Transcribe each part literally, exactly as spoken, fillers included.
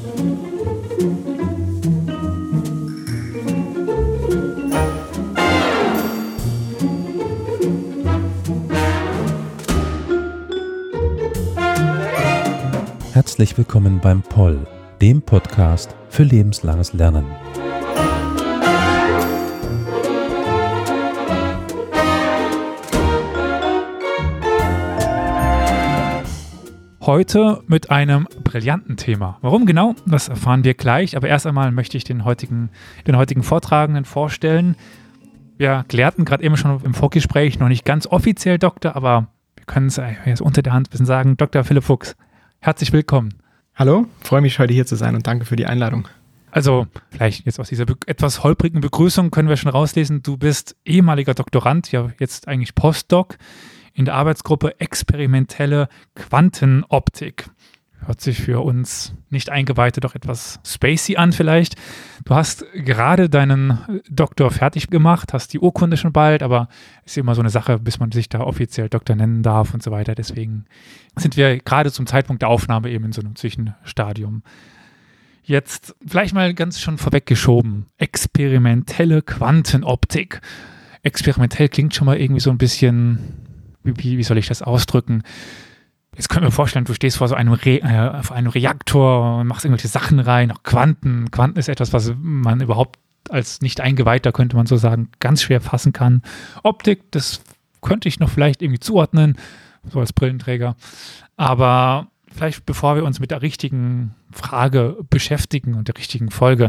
Herzlich willkommen beim P O L, dem Podcast für lebenslanges Lernen. Heute mit einem brillanten Thema. Warum genau? Das erfahren wir gleich, aber erst einmal möchte ich den heutigen, den heutigen Vortragenden vorstellen. Wir klärten gerade eben schon im Vorgespräch, noch nicht ganz offiziell Doktor, aber wir können es jetzt unter der Hand ein bisschen sagen. Doktor Philipp Fuchs, herzlich willkommen. Hallo, freue mich heute hier zu sein und danke für die Einladung. Also vielleicht jetzt aus dieser be- etwas holprigen Begrüßung können wir schon rauslesen, du bist ehemaliger Doktorand, ja jetzt eigentlich Postdoc in der Arbeitsgruppe Experimentelle Quantenoptik. Hört sich für uns Nicht-Eingeweihte doch etwas spacey an vielleicht. Du hast gerade deinen Doktor fertig gemacht, hast die Urkunde schon bald, aber es ist immer so eine Sache, bis man sich da offiziell Doktor nennen darf und so weiter. Deswegen sind wir gerade zum Zeitpunkt der Aufnahme eben in so einem Zwischenstadium. Jetzt vielleicht mal ganz schon vorweggeschoben. Experimentelle Quantenoptik. Experimentell klingt schon mal irgendwie so ein bisschen, wie, wie soll ich das ausdrücken? Jetzt können wir vorstellen, du stehst vor so einem, Re- äh, vor einem Reaktor und machst irgendwelche Sachen rein, auch Quanten. Quanten ist etwas, was man überhaupt als Nicht-Eingeweihter, könnte man so sagen, ganz schwer fassen kann. Optik, das könnte ich noch vielleicht irgendwie zuordnen, so als Brillenträger. Aber vielleicht bevor wir uns mit der richtigen Frage beschäftigen und der richtigen Folge,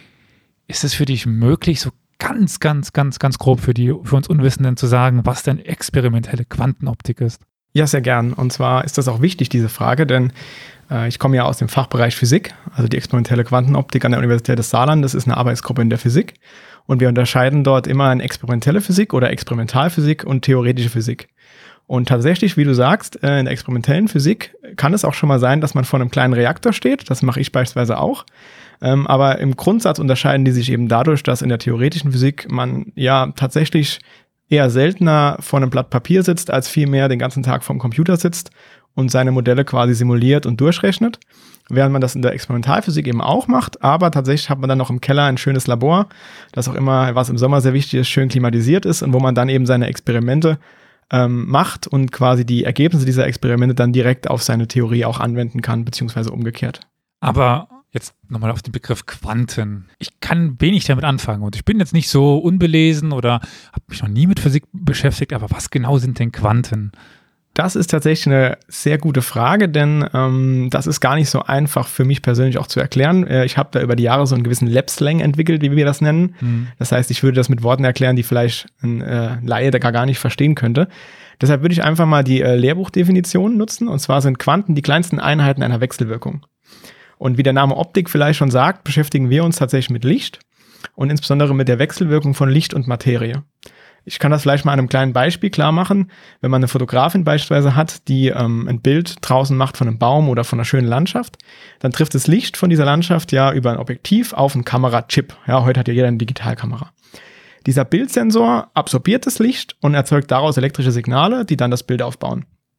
ist es für dich möglich, so ganz, ganz, ganz, ganz grob für die, für uns Unwissenden zu sagen, was denn experimentelle Quantenoptik ist? Ja, sehr gern. Und zwar ist das auch wichtig, diese Frage, denn äh, ich komme ja aus dem Fachbereich Physik, also die experimentelle Quantenoptik an der Universität des Saarlandes ist eine Arbeitsgruppe in der Physik und wir unterscheiden dort immer in experimentelle Physik oder Experimentalphysik und theoretische Physik. Und tatsächlich, wie du sagst, äh, in der experimentellen Physik kann es auch schon mal sein, dass man vor einem kleinen Reaktor steht, das mache ich beispielsweise auch, ähm, aber im Grundsatz unterscheiden die sich eben dadurch, dass in der theoretischen Physik man ja tatsächlich eher seltener vor einem Blatt Papier sitzt, als vielmehr den ganzen Tag vorm Computer sitzt und seine Modelle quasi simuliert und durchrechnet, während man das in der Experimentalphysik eben auch macht, aber tatsächlich hat man dann noch im Keller ein schönes Labor, das auch immer, was im Sommer sehr wichtig ist, schön klimatisiert ist und wo man dann eben seine Experimente ähm, macht und quasi die Ergebnisse dieser Experimente dann direkt auf seine Theorie auch anwenden kann, beziehungsweise umgekehrt. Aber jetzt nochmal auf den Begriff Quanten. Ich kann wenig damit anfangen und ich bin jetzt nicht so unbelesen oder habe mich noch nie mit Physik beschäftigt, aber was genau sind denn Quanten? Das ist tatsächlich eine sehr gute Frage, denn ähm, das ist gar nicht so einfach für mich persönlich auch zu erklären. Äh, ich habe da über die Jahre so einen gewissen Lab-Slang entwickelt, wie wir das nennen. Mhm. Das heißt, ich würde das mit Worten erklären, die vielleicht ein äh, Laie da gar nicht verstehen könnte. Deshalb würde ich einfach mal die äh, Lehrbuchdefinition nutzen. Und zwar sind Quanten die kleinsten Einheiten einer Wechselwirkung. Und wie der Name Optik vielleicht schon sagt, beschäftigen wir uns tatsächlich mit Licht und insbesondere mit der Wechselwirkung von Licht und Materie. Ich kann das vielleicht mal an einem kleinen Beispiel klar machen. Wenn man eine Fotografin beispielsweise hat, die ähm, ein Bild draußen macht von einem Baum oder von einer schönen Landschaft, dann trifft das Licht von dieser Landschaft ja über ein Objektiv auf einen Kamerachip. Ja, heute hat ja jeder eine Digitalkamera. Dieser Bildsensor absorbiert das Licht und erzeugt daraus elektrische Signale, die dann das Bild aufbauen.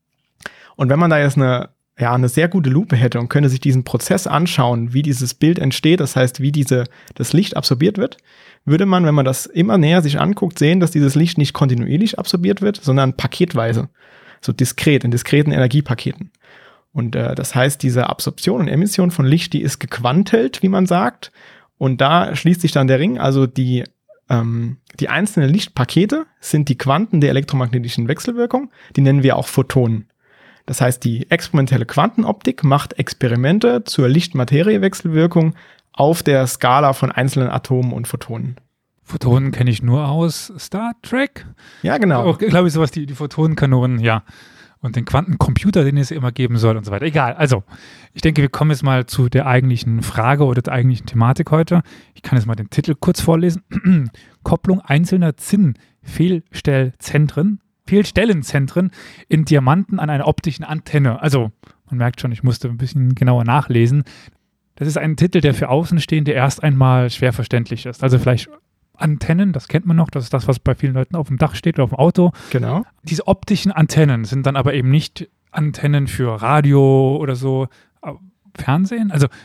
Und wenn man da jetzt eine ja, eine sehr gute Lupe hätte und könnte sich diesen Prozess anschauen, wie dieses Bild entsteht, das heißt, wie diese, das Licht absorbiert wird, würde man, wenn man das immer näher sich anguckt, sehen, dass dieses Licht nicht kontinuierlich absorbiert wird, sondern paketweise, so diskret, in diskreten Energiepaketen. Und äh, das heißt, diese Absorption und Emission von Licht, die ist gequantelt, wie man sagt, und da schließt sich dann der Ring, also die ähm, die einzelnen Lichtpakete sind die Quanten der elektromagnetischen Wechselwirkung, die nennen wir auch Photonen. Das heißt, die experimentelle Quantenoptik macht Experimente zur Licht-Materie-Wechselwirkung auf der Skala von einzelnen Atomen und Photonen. Photonen kenne ich nur aus Star Trek. Ja, genau. Auch, glaube ich, sowas, die, die Photonenkanonen, ja. Und den Quantencomputer, den es immer geben soll und so weiter. Egal, also, ich denke, wir kommen jetzt mal zu der eigentlichen Frage oder der eigentlichen Thematik heute. Ich kann jetzt mal den Titel kurz vorlesen. Kopplung einzelner Zinnfehlstellzentren Fehlstellenzentren in Diamanten an einer optischen Antenne. Also, man merkt schon, ich musste ein bisschen genauer nachlesen. Das ist ein Titel, der für Außenstehende erst einmal schwer verständlich ist. Also vielleicht Antennen, das kennt man noch, das ist das, was bei vielen Leuten auf dem Dach steht oder auf dem Auto. Genau. Diese optischen Antennen sind dann aber eben nicht Antennen für Radio oder so, Fernsehen. Also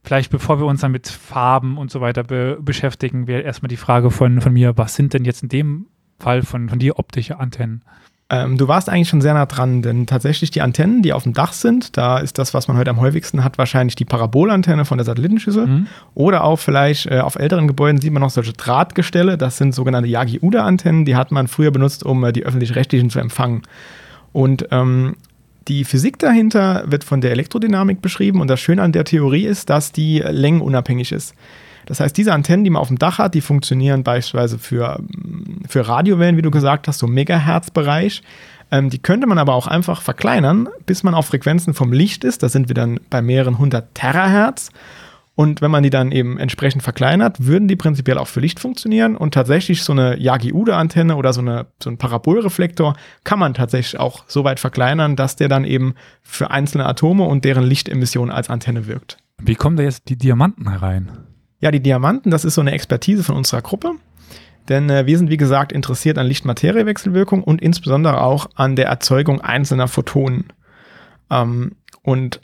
vielleicht bevor wir uns dann mit Farben und so weiter be- beschäftigen, wäre erstmal die Frage von, von mir, was sind denn jetzt in dem Fall von, von dir optische Antennen? Ähm, du warst eigentlich schon sehr nah dran, denn tatsächlich die Antennen, die auf dem Dach sind, da ist das, was man heute am häufigsten hat, wahrscheinlich die Parabolantenne von der Satellitenschüssel. Mhm. Oder auch vielleicht äh, auf älteren Gebäuden sieht man noch solche Drahtgestelle, das sind sogenannte Yagi-Uda-Antennen, die hat man früher benutzt, um äh, die öffentlich-rechtlichen zu empfangen. Und ähm, die Physik dahinter wird von der Elektrodynamik beschrieben und das Schöne an der Theorie ist, dass die längenunabhängig ist. Das heißt, diese Antennen, die man auf dem Dach hat, die funktionieren beispielsweise für, für Radiowellen, wie du gesagt hast, so Megahertz-Bereich. Ähm, die könnte man aber auch einfach verkleinern, bis man auf Frequenzen vom Licht ist. Da sind wir dann bei mehreren hundert Terahertz. Und wenn man die dann eben entsprechend verkleinert, würden die prinzipiell auch für Licht funktionieren. Und tatsächlich so eine Yagi-Uda-Antenne oder so, eine, so ein Parabolreflektor kann man tatsächlich auch so weit verkleinern, dass der dann eben für einzelne Atome und deren Lichtemission als Antenne wirkt. Wie kommen da jetzt die Diamanten herein? Ja, die Diamanten, das ist so eine Expertise von unserer Gruppe. Denn äh, wir sind, wie gesagt, interessiert an Licht-Materie-Wechselwirkung und insbesondere auch an der Erzeugung einzelner Photonen. Ähm, und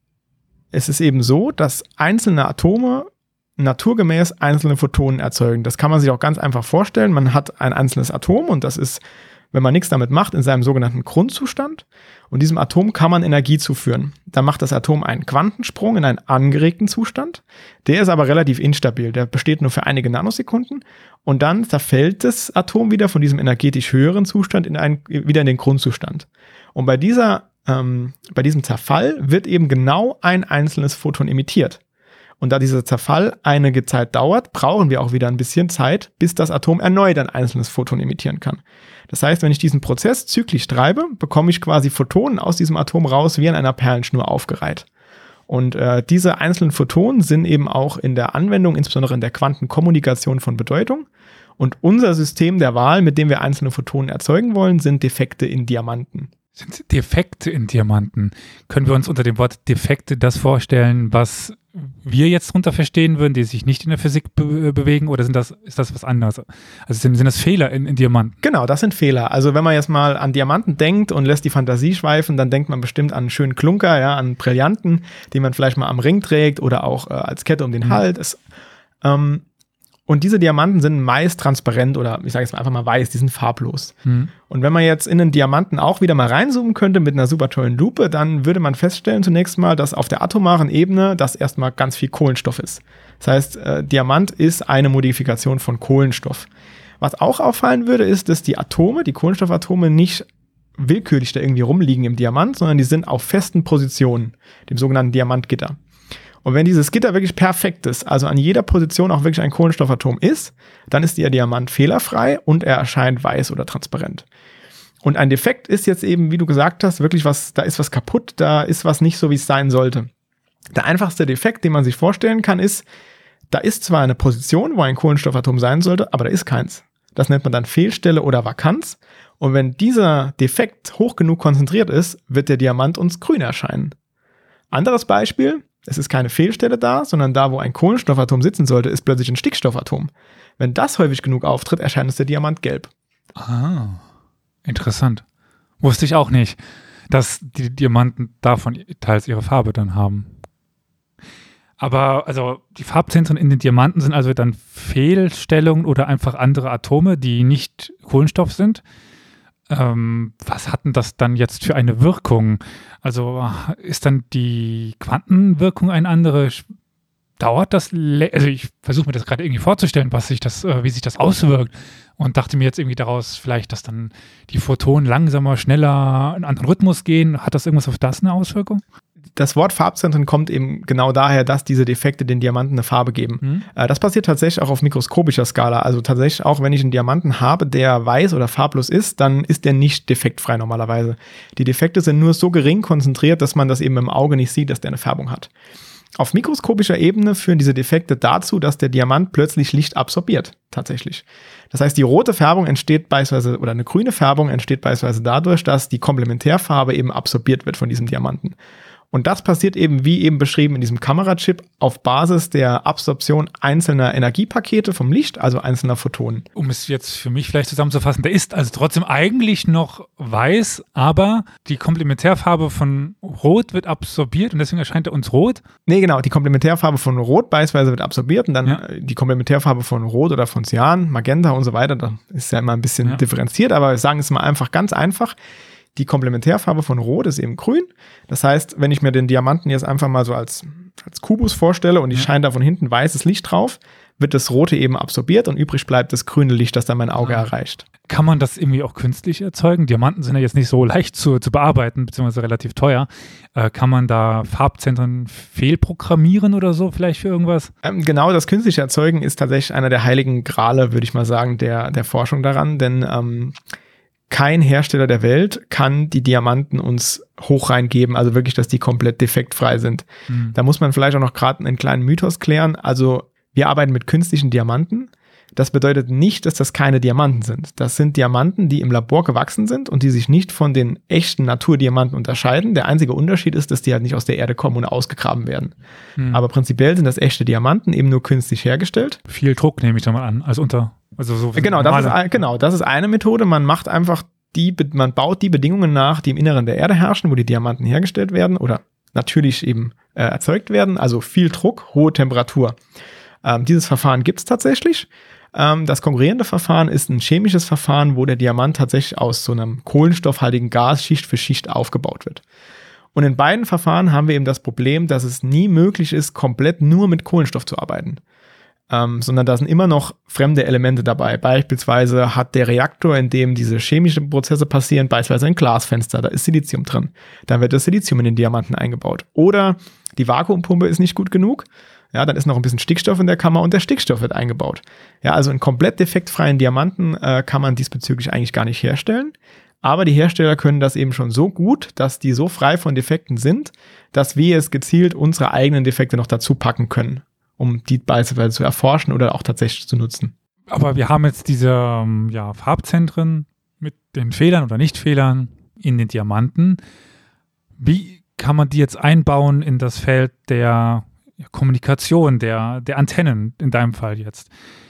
es ist eben so, dass einzelne Atome naturgemäß einzelne Photonen erzeugen. Das kann man sich auch ganz einfach vorstellen. Man hat ein einzelnes Atom und das ist, wenn man nichts damit macht, in seinem sogenannten Grundzustand. Und diesem Atom kann man Energie zuführen. Dann macht das Atom einen Quantensprung in einen angeregten Zustand. Der ist aber relativ instabil. Der besteht nur für einige Nanosekunden. Und dann zerfällt das Atom wieder von diesem energetisch höheren Zustand in einen, wieder in den Grundzustand. Und bei dieser Ähm, bei diesem Zerfall wird eben genau ein einzelnes Photon emittiert. Und da dieser Zerfall einige Zeit dauert, brauchen wir auch wieder ein bisschen Zeit, bis das Atom erneut ein einzelnes Photon emittieren kann. Das heißt, wenn ich diesen Prozess zyklisch treibe, bekomme ich quasi Photonen aus diesem Atom raus, wie an einer Perlenschnur aufgereiht. Und äh, diese einzelnen Photonen sind eben auch in der Anwendung, insbesondere in der Quantenkommunikation, von Bedeutung. Und unser System der Wahl, mit dem wir einzelne Photonen erzeugen wollen, sind Defekte in Diamanten. Sind Defekte in Diamanten? Können wir uns unter dem Wort Defekte das vorstellen, was wir jetzt drunter verstehen würden, die sich nicht in der Physik be- bewegen, oder sind das, ist das was anderes? Also sind, sind das Fehler in, in Diamanten? Genau, das sind Fehler. Also wenn man jetzt mal an Diamanten denkt und lässt die Fantasie schweifen, dann denkt man bestimmt an einen schönen Klunker, ja, an Brillanten, die man vielleicht mal am Ring trägt oder auch äh, als Kette um den Mhm. Hals. Es, ähm, Und diese Diamanten sind meist transparent oder ich sage jetzt mal einfach mal weiß, die sind farblos. Mhm. Und wenn man jetzt in den Diamanten auch wieder mal reinzoomen könnte mit einer super tollen Lupe, dann würde man feststellen zunächst mal, dass auf der atomaren Ebene das erstmal ganz viel Kohlenstoff ist. Das heißt, äh, Diamant ist eine Modifikation von Kohlenstoff. Was auch auffallen würde, ist, dass die Atome, die Kohlenstoffatome, nicht willkürlich da irgendwie rumliegen im Diamant, sondern die sind auf festen Positionen, dem sogenannten Diamantgitter. Und wenn dieses Gitter wirklich perfekt ist, also an jeder Position auch wirklich ein Kohlenstoffatom ist, dann ist der Diamant fehlerfrei und er erscheint weiß oder transparent. Und ein Defekt ist jetzt eben, wie du gesagt hast, wirklich was, da ist was kaputt, da ist was nicht so, wie es sein sollte. Der einfachste Defekt, den man sich vorstellen kann, ist, da ist zwar eine Position, wo ein Kohlenstoffatom sein sollte, aber da ist keins. Das nennt man dann Fehlstelle oder Vakanz. Und wenn dieser Defekt hoch genug konzentriert ist, wird der Diamant uns grün erscheinen. Anderes Beispiel: Es ist keine Fehlstelle da, sondern da, wo ein Kohlenstoffatom sitzen sollte, ist plötzlich ein Stickstoffatom. Wenn das häufig genug auftritt, erscheint uns der Diamant gelb. Ah, interessant. Wusste ich auch nicht, dass die Diamanten davon teils ihre Farbe dann haben. Aber also die Farbzentren in den Diamanten sind also dann Fehlstellungen oder einfach andere Atome, die nicht Kohlenstoff sind. Ähm, was hat denn das dann jetzt für eine Wirkung? Also ist dann die Quantenwirkung eine andere? Dauert das? Le- also ich versuche mir das gerade irgendwie vorzustellen, was sich das, äh, wie sich das auswirkt, und dachte mir jetzt irgendwie daraus vielleicht, dass dann die Photonen langsamer, schneller, einen anderen Rhythmus gehen. Hat das irgendwas auf das eine Auswirkung? Das Wort Farbzentren kommt eben genau daher, dass diese Defekte den Diamanten eine Farbe geben. Mhm. Äh, das passiert tatsächlich auch auf mikroskopischer Skala. Also tatsächlich auch, wenn ich einen Diamanten habe, der weiß oder farblos ist, dann ist der nicht defektfrei normalerweise. Die Defekte sind nur so gering konzentriert, dass man das eben im Auge nicht sieht, dass der eine Färbung hat. Auf mikroskopischer Ebene führen diese Defekte dazu, dass der Diamant plötzlich Licht absorbiert, tatsächlich. Das heißt, die rote Färbung entsteht beispielsweise, oder eine grüne Färbung entsteht beispielsweise dadurch, dass die Komplementärfarbe eben absorbiert wird von diesem Diamanten. Und das passiert eben, wie eben beschrieben, in diesem Kamerachip auf Basis der Absorption einzelner Energiepakete vom Licht, also einzelner Photonen. Um es jetzt für mich vielleicht zusammenzufassen, der ist also trotzdem eigentlich noch weiß, aber die Komplementärfarbe von Rot wird absorbiert und deswegen erscheint er uns rot. Nee, genau, die Komplementärfarbe von Rot beispielsweise wird absorbiert und dann ja. die Komplementärfarbe von Rot oder von Cyan, Magenta und so weiter, da ist ja immer ein bisschen ja. differenziert, aber wir sagen es mal einfach ganz einfach. Die Komplementärfarbe von Rot ist eben grün. Das heißt, wenn ich mir den Diamanten jetzt einfach mal so als, als Kubus vorstelle und ich ja. scheine da von hinten weißes Licht drauf, wird das Rote eben absorbiert und übrig bleibt das grüne Licht, das dann mein Auge ah. erreicht. Kann man das irgendwie auch künstlich erzeugen? Diamanten sind ja jetzt nicht so leicht zu, zu bearbeiten, beziehungsweise relativ teuer. Äh, kann man da Farbzentren fehlprogrammieren oder so vielleicht für irgendwas? Ähm, genau, das künstliche Erzeugen ist tatsächlich einer der heiligen Grale, würde ich mal sagen, der, der Forschung daran, denn ähm, kein Hersteller der Welt kann die Diamanten uns hoch reingeben, also wirklich, dass die komplett defektfrei sind. Mhm. Da muss man vielleicht auch noch gerade einen kleinen Mythos klären. Also wir arbeiten mit künstlichen Diamanten. Das bedeutet nicht, dass das keine Diamanten sind. Das sind Diamanten, die im Labor gewachsen sind und die sich nicht von den echten Naturdiamanten unterscheiden. Der einzige Unterschied ist, dass die halt nicht aus der Erde kommen und ausgegraben werden. Mhm. Aber prinzipiell sind das echte Diamanten, eben nur künstlich hergestellt. Viel Druck nehme ich da mal an, als unter... Also so genau, das ist, genau, das ist eine Methode. Man macht einfach die, man baut die Bedingungen nach, die im Inneren der Erde herrschen, wo die Diamanten hergestellt werden oder natürlich eben äh, erzeugt werden. Also viel Druck, hohe Temperatur. Ähm, dieses Verfahren gibt es tatsächlich. Ähm, das konkurrierende Verfahren ist ein chemisches Verfahren, wo der Diamant tatsächlich aus so einem kohlenstoffhaltigen Gas Schicht für Schicht aufgebaut wird. Und in beiden Verfahren haben wir eben das Problem, dass es nie möglich ist, komplett nur mit Kohlenstoff zu arbeiten. Ähm, sondern da sind immer noch fremde Elemente dabei. Beispielsweise hat der Reaktor, in dem diese chemischen Prozesse passieren, beispielsweise ein Glasfenster, da ist Silizium drin. Dann wird das Silizium in den Diamanten eingebaut. Oder die Vakuumpumpe ist nicht gut genug. Ja, dann ist noch ein bisschen Stickstoff in der Kammer und der Stickstoff wird eingebaut. Ja, also einen komplett defektfreien Diamanten äh, kann man diesbezüglich eigentlich gar nicht herstellen. Aber die Hersteller können das eben schon so gut, dass die so frei von Defekten sind, dass wir es gezielt unsere eigenen Defekte noch dazu packen können, um die beispielsweise zu erforschen oder auch tatsächlich zu nutzen. Aber wir haben jetzt diese ja, Farbzentren mit den Fehlern oder Nichtfehlern in den Diamanten. Wie kann man die jetzt einbauen in das Feld der ja, Kommunikation, der, der Antennen in deinem Fall jetzt?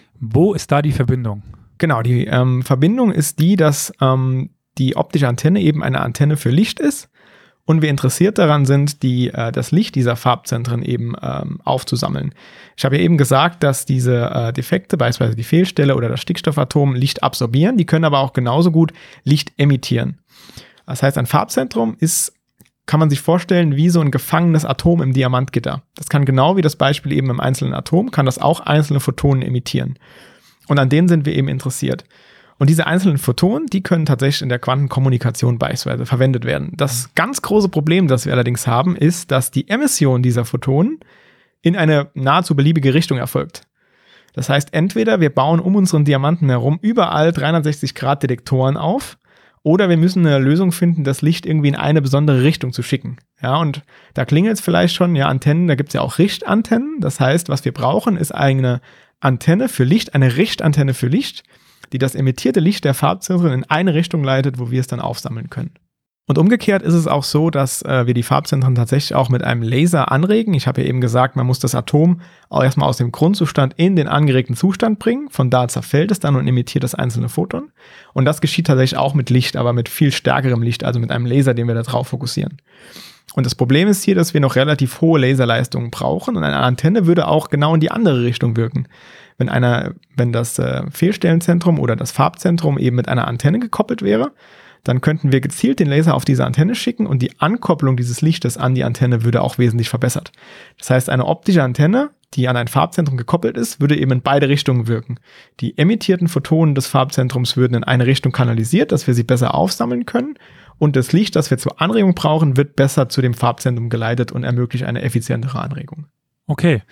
Wo ist da die Verbindung? Genau, die ähm, Verbindung ist die, dass ähm, die optische Antenne eben eine Antenne für Licht ist. Und wir interessiert daran sind, die, äh, das Licht dieser Farbzentren eben ähm, aufzusammeln. Ich habe ja eben gesagt, dass diese äh, Defekte, beispielsweise die Fehlstelle oder das Stickstoffatom, Licht absorbieren. Die können aber auch genauso gut Licht emittieren. Das heißt, ein Farbzentrum ist, kann man sich vorstellen, wie so ein gefangenes Atom im Diamantgitter. Das kann genau wie das Beispiel eben im einzelnen Atom, kann das auch einzelne Photonen emittieren. Und an denen sind wir eben interessiert. Und diese einzelnen Photonen, die können tatsächlich in der Quantenkommunikation beispielsweise verwendet werden. Das ganz große Problem, das wir allerdings haben, ist, dass die Emission dieser Photonen in eine nahezu beliebige Richtung erfolgt. Das heißt, entweder wir bauen um unseren Diamanten herum überall dreihundertsechzig Grad Detektoren auf, oder wir müssen eine Lösung finden, das Licht irgendwie in eine besondere Richtung zu schicken. Ja, und da klingelt es vielleicht schon, ja, Antennen, da gibt es ja auch Richtantennen. Das heißt, was wir brauchen, ist eine Antenne für Licht, eine Richtantenne für Licht, die das emittierte Licht der Farbzentren in eine Richtung leitet, wo wir es dann aufsammeln können. Und umgekehrt ist es auch so, dass äh, wir die Farbzentren tatsächlich auch mit einem Laser anregen. Ich habe ja eben gesagt, man muss das Atom auch erstmal aus dem Grundzustand in den angeregten Zustand bringen. Von da zerfällt es dann und emittiert das einzelne Photon. Und das geschieht tatsächlich auch mit Licht, aber mit viel stärkerem Licht, also mit einem Laser, den wir da drauf fokussieren. Und das Problem ist hier, dass wir noch relativ hohe Laserleistungen brauchen und eine Antenne würde auch genau in die andere Richtung wirken. Wenn einer, wenn das äh, Fehlstellenzentrum oder das Farbzentrum eben mit einer Antenne gekoppelt wäre, dann könnten wir gezielt den Laser auf diese Antenne schicken und die Ankopplung dieses Lichtes an die Antenne würde auch wesentlich verbessert. Das heißt, eine optische Antenne, die an ein Farbzentrum gekoppelt ist, würde eben in beide Richtungen wirken. Die emittierten Photonen des Farbzentrums würden in eine Richtung kanalisiert, dass wir sie besser aufsammeln können und das Licht, das wir zur Anregung brauchen, wird besser zu dem Farbzentrum geleitet und ermöglicht eine effizientere Anregung. Okay,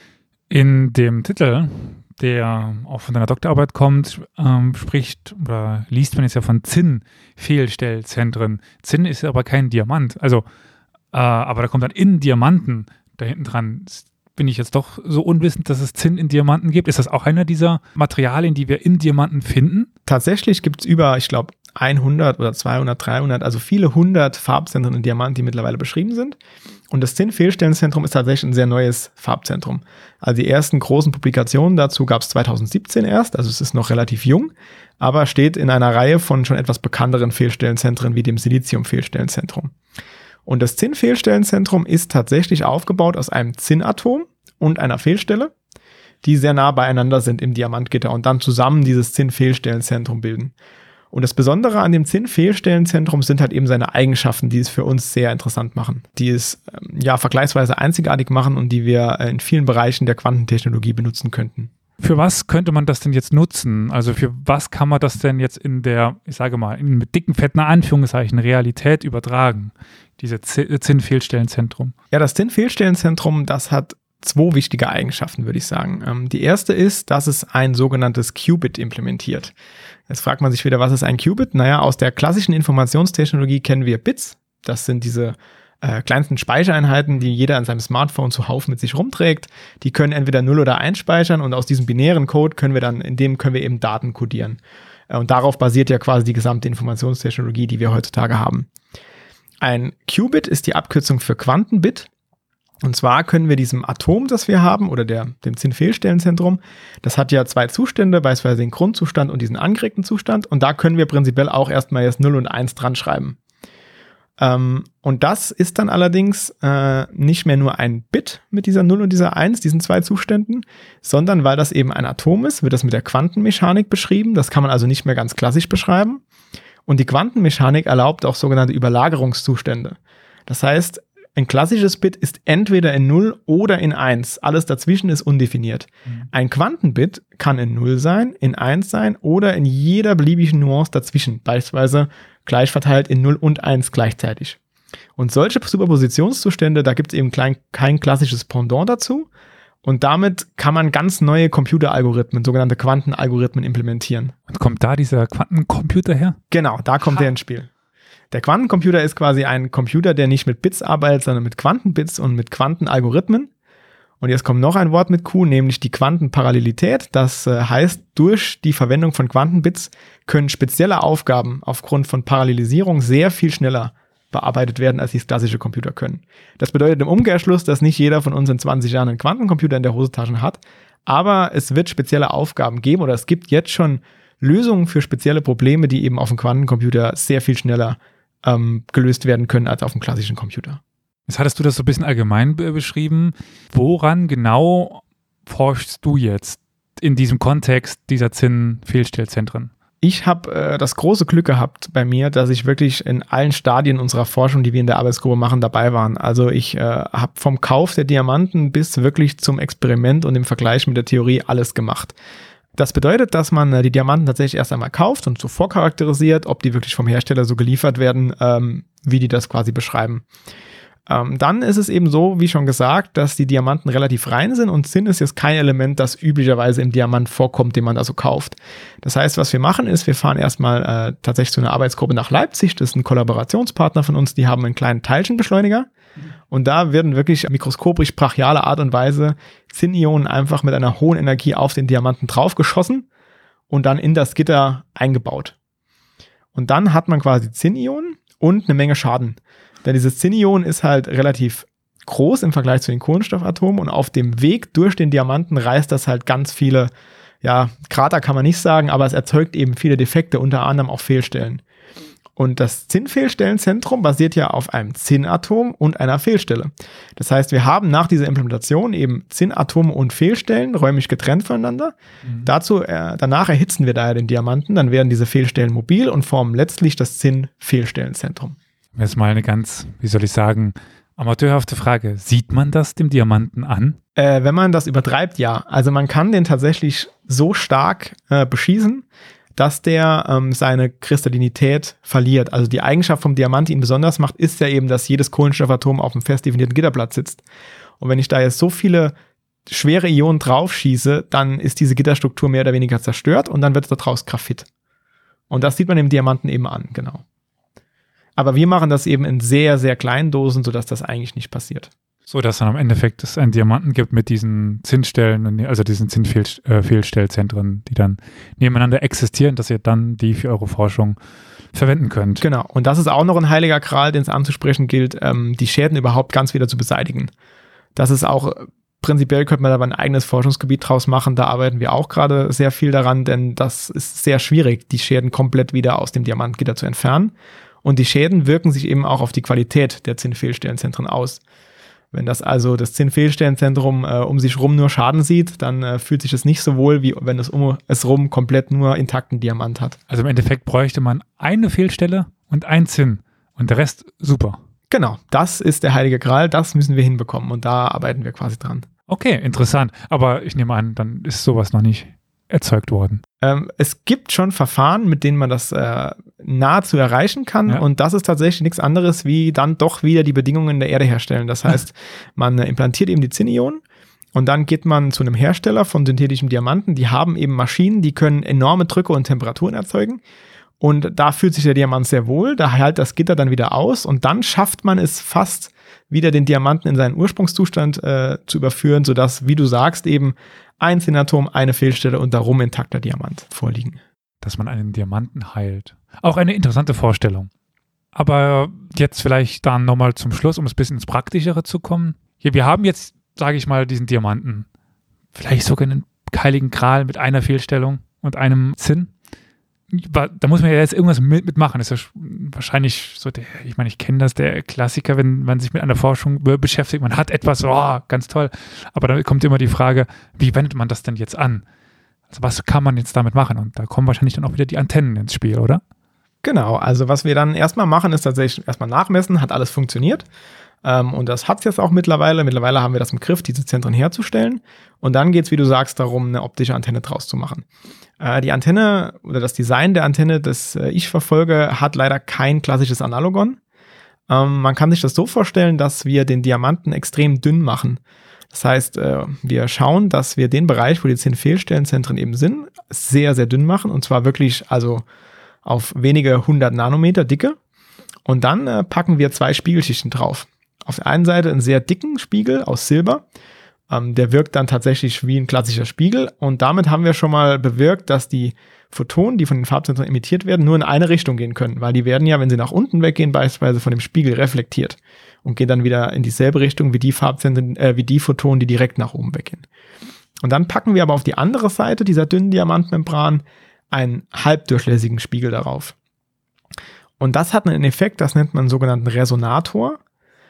in dem Titel, der auch von deiner Doktorarbeit kommt, ähm, spricht oder liest man jetzt ja von Zinn-Fehlstellzentren. Zinn ist aber kein Diamant. Also, äh, aber da kommt dann in Diamanten da hinten dran. Bin ich jetzt doch so unwissend, dass es Zinn in Diamanten gibt? Ist das auch einer dieser Materialien, die wir in Diamanten finden? Tatsächlich gibt es über, ich glaube, hundert oder zweihundert, dreihundert, also viele hundert Farbzentren in Diamant, die mittlerweile beschrieben sind. Und das Zinnfehlstellenzentrum ist tatsächlich ein sehr neues Farbzentrum. Also die ersten großen Publikationen dazu gab es zweitausendsiebzehn erst, also es ist noch relativ jung, aber steht in einer Reihe von schon etwas bekannteren Fehlstellenzentren wie dem Silizium-Fehlstellenzentrum. Und das Zinnfehlstellenzentrum ist tatsächlich aufgebaut aus einem Zinnatom und einer Fehlstelle, die sehr nah beieinander sind im Diamantgitter und dann zusammen dieses Zinnfehlstellenzentrum bilden. Und das Besondere an dem Zinnfehlstellenzentrum sind halt eben seine Eigenschaften, die es für uns sehr interessant machen, die es ähm, ja vergleichsweise einzigartig machen und die wir in vielen Bereichen der Quantentechnologie benutzen könnten. Für was könnte man das denn jetzt nutzen? Also für was kann man das denn jetzt in der, ich sage mal, in mit dicken, fetten Anführungszeichen Realität übertragen, diese Z- Zinnfehlstellenzentrum? Ja, das Zinnfehlstellenzentrum, das hat zwei wichtige Eigenschaften, würde ich sagen. Ähm, die erste ist, dass es ein sogenanntes Qubit implementiert. Jetzt fragt man sich wieder, was ist ein Qubit? Naja, aus der klassischen Informationstechnologie kennen wir Bits. Das sind diese äh, kleinsten Speichereinheiten, die jeder an seinem Smartphone zuhauf mit sich rumträgt. Die können entweder null oder eins speichern und aus diesem binären Code können wir dann, in dem können wir eben Daten codieren. Äh, und darauf basiert ja quasi die gesamte Informationstechnologie, die wir heutzutage haben. Ein Qubit ist die Abkürzung für Quantenbit. Und zwar können wir diesem Atom, das wir haben, oder der, dem Zinnfehlstellenzentrum, das hat ja zwei Zustände, beispielsweise den Grundzustand und diesen angeregten Zustand. Und da können wir prinzipiell auch erstmal jetzt null und eins dran schreiben. Ähm, und das ist dann allerdings äh, nicht mehr nur ein Bit mit dieser null und dieser eins, diesen zwei Zuständen, sondern weil das eben ein Atom ist, wird das mit der Quantenmechanik beschrieben. Das kann man also nicht mehr ganz klassisch beschreiben. Und die Quantenmechanik erlaubt auch sogenannte Überlagerungszustände. Das heißt, ein klassisches Bit ist entweder in null oder in eins. Alles dazwischen ist undefiniert. Mhm. Ein Quantenbit kann in null sein, in eins sein oder in jeder beliebigen Nuance dazwischen. Beispielsweise gleich verteilt in null und eins gleichzeitig. Und solche Superpositionszustände, da gibt es eben klein, kein klassisches Pendant dazu. Und damit kann man ganz neue Computeralgorithmen, sogenannte Quantenalgorithmen implementieren. Und kommt da dieser Quantencomputer her? Genau, da kommt ha. der ins Spiel. Der Quantencomputer ist quasi ein Computer, der nicht mit Bits arbeitet, sondern mit Quantenbits und mit Quantenalgorithmen. Und jetzt kommt noch ein Wort mit Q, nämlich die Quantenparallelität. Das äh, heißt, durch die Verwendung von Quantenbits können spezielle Aufgaben aufgrund von Parallelisierung sehr viel schneller bearbeitet werden, als die klassische Computer können. Das bedeutet im Umkehrschluss, dass nicht jeder von uns in zwanzig Jahren einen Quantencomputer in der Hosentasche hat, aber es wird spezielle Aufgaben geben oder es gibt jetzt schon Lösungen für spezielle Probleme, die eben auf dem Quantencomputer sehr viel schneller ähm, gelöst werden können als auf dem klassischen Computer. Jetzt hattest du das so ein bisschen allgemein be- beschrieben. Woran genau forschst du jetzt in diesem Kontext dieser Zinnfehlstellzentren? Ich habe äh, das große Glück gehabt bei mir, dass ich wirklich in allen Stadien unserer Forschung, die wir in der Arbeitsgruppe machen, dabei waren. Also ich äh, habe vom Kauf der Diamanten bis wirklich zum Experiment und im Vergleich mit der Theorie alles gemacht. Das bedeutet, dass man äh, die Diamanten tatsächlich erst einmal kauft und so vorcharakterisiert, ob die wirklich vom Hersteller so geliefert werden, ähm, wie die das quasi beschreiben. Ähm, dann ist es eben so, wie schon gesagt, dass die Diamanten relativ rein sind und Zinn ist jetzt kein Element, das üblicherweise im Diamant vorkommt, den man da so kauft. Das heißt, was wir machen ist, wir fahren erstmal äh, tatsächlich zu einer Arbeitsgruppe nach Leipzig, das ist ein Kollaborationspartner von uns, die haben einen kleinen Teilchenbeschleuniger und da werden wirklich mikroskopisch brachiale Art und Weise Zinnionen einfach mit einer hohen Energie auf den Diamanten draufgeschossen und dann in das Gitter eingebaut. Und dann hat man quasi Zinnionen und eine Menge Schaden. Denn dieses Zinnion ist halt relativ groß im Vergleich zu den Kohlenstoffatomen und auf dem Weg durch den Diamanten reißt das halt ganz viele, ja, Krater kann man nicht sagen, aber es erzeugt eben viele Defekte, unter anderem auch Fehlstellen. Und das Zinnfehlstellenzentrum basiert ja auf einem Zinnatom und einer Fehlstelle. Das heißt, wir haben nach dieser Implementation eben Zinnatome und Fehlstellen räumlich getrennt voneinander. Mhm. Dazu, äh, danach erhitzen wir daher den Diamanten, dann werden diese Fehlstellen mobil und formen letztlich das Zinnfehlstellenzentrum. Jetzt mal eine ganz, wie soll ich sagen, amateurhafte Frage. Sieht man das dem Diamanten an? Äh, wenn man das übertreibt, ja. Also man kann den tatsächlich so stark äh, beschießen, dass der ähm, seine Kristallinität verliert. Also die Eigenschaft vom Diamant, die ihn besonders macht, ist ja eben, dass jedes Kohlenstoffatom auf einem fest definierten Gitterblatt sitzt. Und wenn ich da jetzt so viele schwere Ionen draufschieße, dann ist diese Gitterstruktur mehr oder weniger zerstört und dann wird daraus Graphit. Und das sieht man dem Diamanten eben an, genau. Aber wir machen das eben in sehr, sehr kleinen Dosen, sodass das eigentlich nicht passiert. So, dass dann am Endeffekt es einen Diamanten gibt mit diesen Zinsstellen, also diesen Zinsfehlstellzentren, die dann nebeneinander existieren, dass ihr dann die für eure Forschung verwenden könnt. Genau. Und das ist auch noch ein heiliger Gral, den es anzusprechen gilt, ähm, die Schäden überhaupt ganz wieder zu beseitigen. Das ist auch, prinzipiell könnte man da ein eigenes Forschungsgebiet draus machen. Da arbeiten wir auch gerade sehr viel daran, denn das ist sehr schwierig, die Schäden komplett wieder aus dem Diamantgitter zu entfernen. Und die Schäden wirken sich eben auch auf die Qualität der Zinsfehlstellenzentren aus. Wenn das also das Zinsfehlstellenzentrum äh, um sich rum nur Schaden sieht, dann äh, fühlt sich das nicht so wohl, wie wenn es um es rum komplett nur intakten Diamant hat. Also im Endeffekt bräuchte man eine Fehlstelle und ein Zinn und der Rest super. Genau, das ist der heilige Gral, das müssen wir hinbekommen und da arbeiten wir quasi dran. Okay, interessant. Aber ich nehme an, dann ist sowas noch nicht erzeugt worden. Ähm, es gibt schon Verfahren, mit denen man das äh, nahezu erreichen kann Ja. und das ist tatsächlich nichts anderes, wie dann doch wieder die Bedingungen der Erde herstellen. Das heißt, man äh, implantiert eben die Zinnionen und dann geht man zu einem Hersteller von synthetischem Diamanten. Die haben eben Maschinen, die können enorme Drücke und Temperaturen erzeugen und da fühlt sich der Diamant sehr wohl, da heilt das Gitter dann wieder aus und dann schafft man es fast wieder den Diamanten in seinen Ursprungszustand äh, zu überführen, sodass, wie du sagst, eben ein Zinnatom, eine Fehlstelle und darum intakter Diamant vorliegen. Dass man einen Diamanten heilt. Auch eine interessante Vorstellung. Aber jetzt vielleicht dann nochmal zum Schluss, um es ein bisschen ins Praktischere zu kommen. Hier, wir haben jetzt, sage ich mal, diesen Diamanten. Vielleicht sogar einen heiligen Gral mit einer Fehlstellung und einem Zinn. Da muss man ja jetzt irgendwas mit, mitmachen. Das ist ja wahrscheinlich so der, ich meine, ich kenne das, der Klassiker, wenn man sich mit einer Forschung beschäftigt, man hat etwas, oh, ganz toll. Aber dann kommt immer die Frage, wie wendet man das denn jetzt an? Also was kann man jetzt damit machen? Und da kommen wahrscheinlich dann auch wieder die Antennen ins Spiel, oder? Genau, also was wir dann erstmal machen, ist tatsächlich erstmal nachmessen, hat alles funktioniert. Ähm, und das hat es jetzt auch mittlerweile. Mittlerweile haben wir das im Griff, diese Zentren herzustellen. Und dann geht es, wie du sagst, darum, eine optische Antenne draus zu machen. Äh, die Antenne oder das Design der Antenne, das äh, ich verfolge, hat leider kein klassisches Analogon. Ähm, man kann sich das so vorstellen, dass wir den Diamanten extrem dünn machen. Das heißt, äh, wir schauen, dass wir den Bereich, wo die zehn Fehlstellenzentren eben sind, sehr, sehr dünn machen. Und zwar wirklich also auf wenige hundert Nanometer Dicke. Und dann äh, packen wir zwei Spiegelschichten drauf. Auf der einen Seite einen sehr dicken Spiegel aus Silber. Ähm, der wirkt dann tatsächlich wie ein klassischer Spiegel. Und damit haben wir schon mal bewirkt, dass die Photonen, die von den Farbzentren emittiert werden, nur in eine Richtung gehen können. Weil die werden ja, wenn sie nach unten weggehen, beispielsweise von dem Spiegel reflektiert. Und gehen dann wieder in dieselbe Richtung wie die Farbzentren, äh, wie die Photonen, die direkt nach oben weggehen. Und dann packen wir aber auf die andere Seite dieser dünnen Diamantmembran einen halbdurchlässigen Spiegel darauf. Und das hat einen Effekt, das nennt man einen sogenannten Resonator.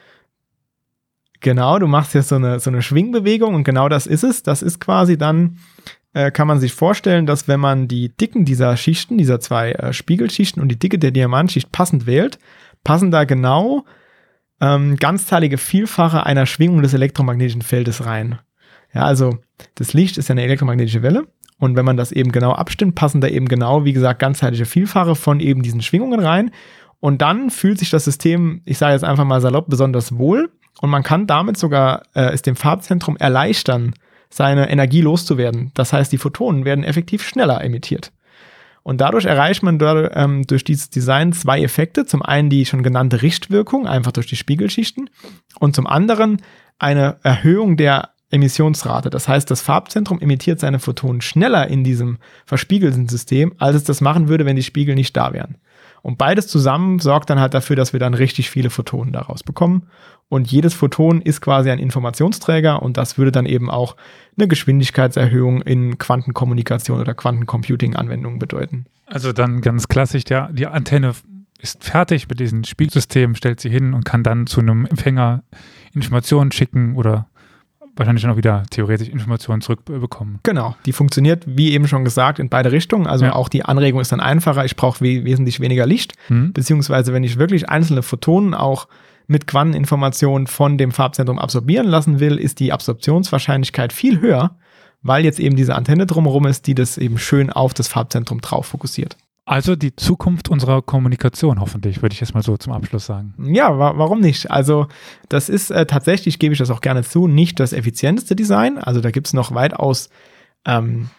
Genau, du machst jetzt so eine, so eine Schwingbewegung und genau das ist es. Das ist quasi dann, äh, kann man sich vorstellen, dass wenn man die Dicken dieser Schichten, dieser zwei äh, Spiegelschichten und die Dicke der Diamantschicht passend wählt, passen da genau ähm, ganzzahlige Vielfache einer Schwingung des elektromagnetischen Feldes rein. Ja, also das Licht ist ja eine elektromagnetische Welle. Und wenn man das eben genau abstimmt, passen da eben genau, wie gesagt, ganzzahlige Vielfache von eben diesen Schwingungen rein. Und dann fühlt sich das System, ich sage jetzt einfach mal salopp, besonders wohl. Und man kann damit sogar äh, es dem Farbzentrum erleichtern, seine Energie loszuwerden. Das heißt, die Photonen werden effektiv schneller emittiert. Und dadurch erreicht man dort, ähm, durch dieses Design zwei Effekte. Zum einen die schon genannte Richtwirkung, einfach durch die Spiegelschichten. Und zum anderen eine Erhöhung der Emissionsrate. Das heißt, das Farbzentrum emittiert seine Photonen schneller in diesem verspiegelten System, als es das machen würde, wenn die Spiegel nicht da wären. Und beides zusammen sorgt dann halt dafür, dass wir dann richtig viele Photonen daraus bekommen. Und jedes Photon ist quasi ein Informationsträger und das würde dann eben auch eine Geschwindigkeitserhöhung in Quantenkommunikation oder Quantencomputing-Anwendungen bedeuten. Also dann ganz klassisch, der, die Antenne ist fertig mit diesem Spielsystem, stellt sie hin und kann dann zu einem Empfänger Informationen schicken oder wahrscheinlich dann auch wieder theoretisch Informationen zurückbekommen. Genau, die funktioniert, wie eben schon gesagt, in beide Richtungen. Also ja. Auch die Anregung ist dann einfacher. Ich brauche we- wesentlich weniger Licht. Mhm. Beziehungsweise, wenn ich wirklich einzelne Photonen auch mit Quanteninformationen von dem Farbzentrum absorbieren lassen will, ist die Absorptionswahrscheinlichkeit viel höher, weil jetzt eben diese Antenne drumherum ist, die das eben schön auf das Farbzentrum drauf fokussiert. Also die Zukunft unserer Kommunikation hoffentlich, würde ich jetzt mal so zum Abschluss sagen. Ja, wa- warum nicht? Also das ist äh, tatsächlich, gebe ich das auch gerne zu, nicht das effizienteste Design. Also da gibt es noch weitaus ähm,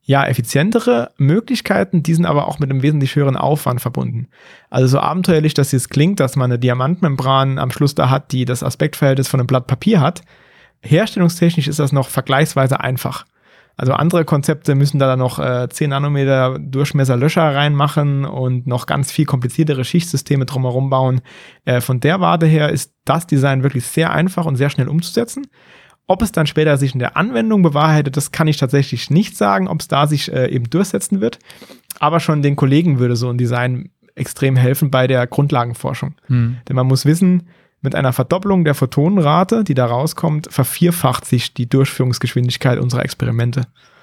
ja, effizientere Möglichkeiten, die sind aber auch mit einem wesentlich höheren Aufwand verbunden. Also so abenteuerlich, dass es klingt, dass man eine Diamantmembran am Schluss da hat, die das Aspektverhältnis von einem Blatt Papier hat. Herstellungstechnisch ist das noch vergleichsweise einfach. Also andere Konzepte müssen da dann noch äh, zehn Nanometer Durchmesser-Löcher reinmachen und noch ganz viel kompliziertere Schichtsysteme drumherum bauen. Äh, von der Warte her ist das Design wirklich sehr einfach und sehr schnell umzusetzen. Ob es dann später sich in der Anwendung bewahrheitet, das kann ich tatsächlich nicht sagen, ob es da sich äh, eben durchsetzen wird. Aber schon den Kollegen würde so ein Design extrem helfen bei der Grundlagenforschung. Hm. Denn man muss wissen, mit einer Verdopplung der Photonenrate, die da rauskommt, vervierfacht sich die Durchführungsgeschwindigkeit unserer Experimente.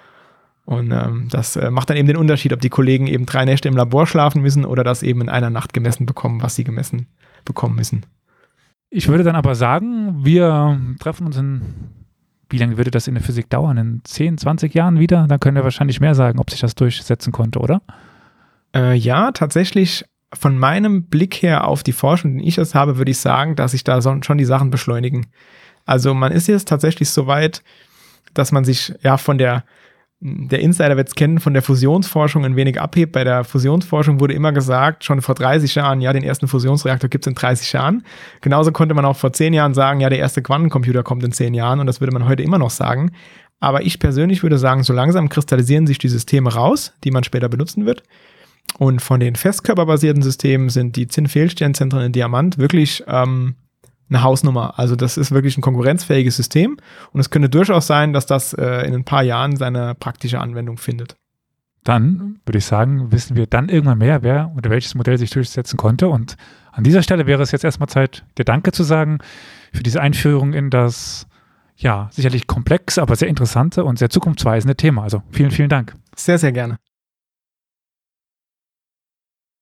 Und ähm, das äh, macht dann eben den Unterschied, ob die Kollegen eben drei Nächte im Labor schlafen müssen oder das eben in einer Nacht gemessen bekommen, was sie gemessen bekommen müssen. Ich würde dann aber sagen, wir treffen uns in, wie lange würde das in der Physik dauern? In zehn, zwanzig Jahren wieder? Dann können wir wahrscheinlich mehr sagen, ob sich das durchsetzen konnte, oder? Äh, ja, tatsächlich von meinem Blick her auf die Forschung, den ich jetzt habe, würde ich sagen, dass sich da so, schon die Sachen beschleunigen. Also man ist jetzt tatsächlich so weit, dass man sich ja von der Der Insider wird es kennen, von der Fusionsforschung ein wenig abhebt. Bei der Fusionsforschung wurde immer gesagt, schon vor dreißig Jahren, ja, den ersten Fusionsreaktor gibt es in dreißig Jahren. Genauso konnte man auch vor zehn Jahren sagen, ja, der erste Quantencomputer kommt in zehn Jahren und das würde man heute immer noch sagen. Aber ich persönlich würde sagen, so langsam kristallisieren sich die Systeme raus, die man später benutzen wird. Und von den festkörperbasierten Systemen sind die Zinnfehlsternzentren in Diamant wirklich ähm, eine Hausnummer. Also das ist wirklich ein konkurrenzfähiges System und es könnte durchaus sein, dass das äh, in ein paar Jahren seine praktische Anwendung findet. Dann würde ich sagen, wissen wir dann irgendwann mehr, wer oder welches Modell sich durchsetzen konnte. Und an dieser Stelle wäre es jetzt erstmal Zeit, dir Danke zu sagen für diese Einführung in das, ja, sicherlich komplexe, aber sehr interessante und sehr zukunftsweisende Thema. Also vielen, vielen Dank. Sehr, sehr gerne.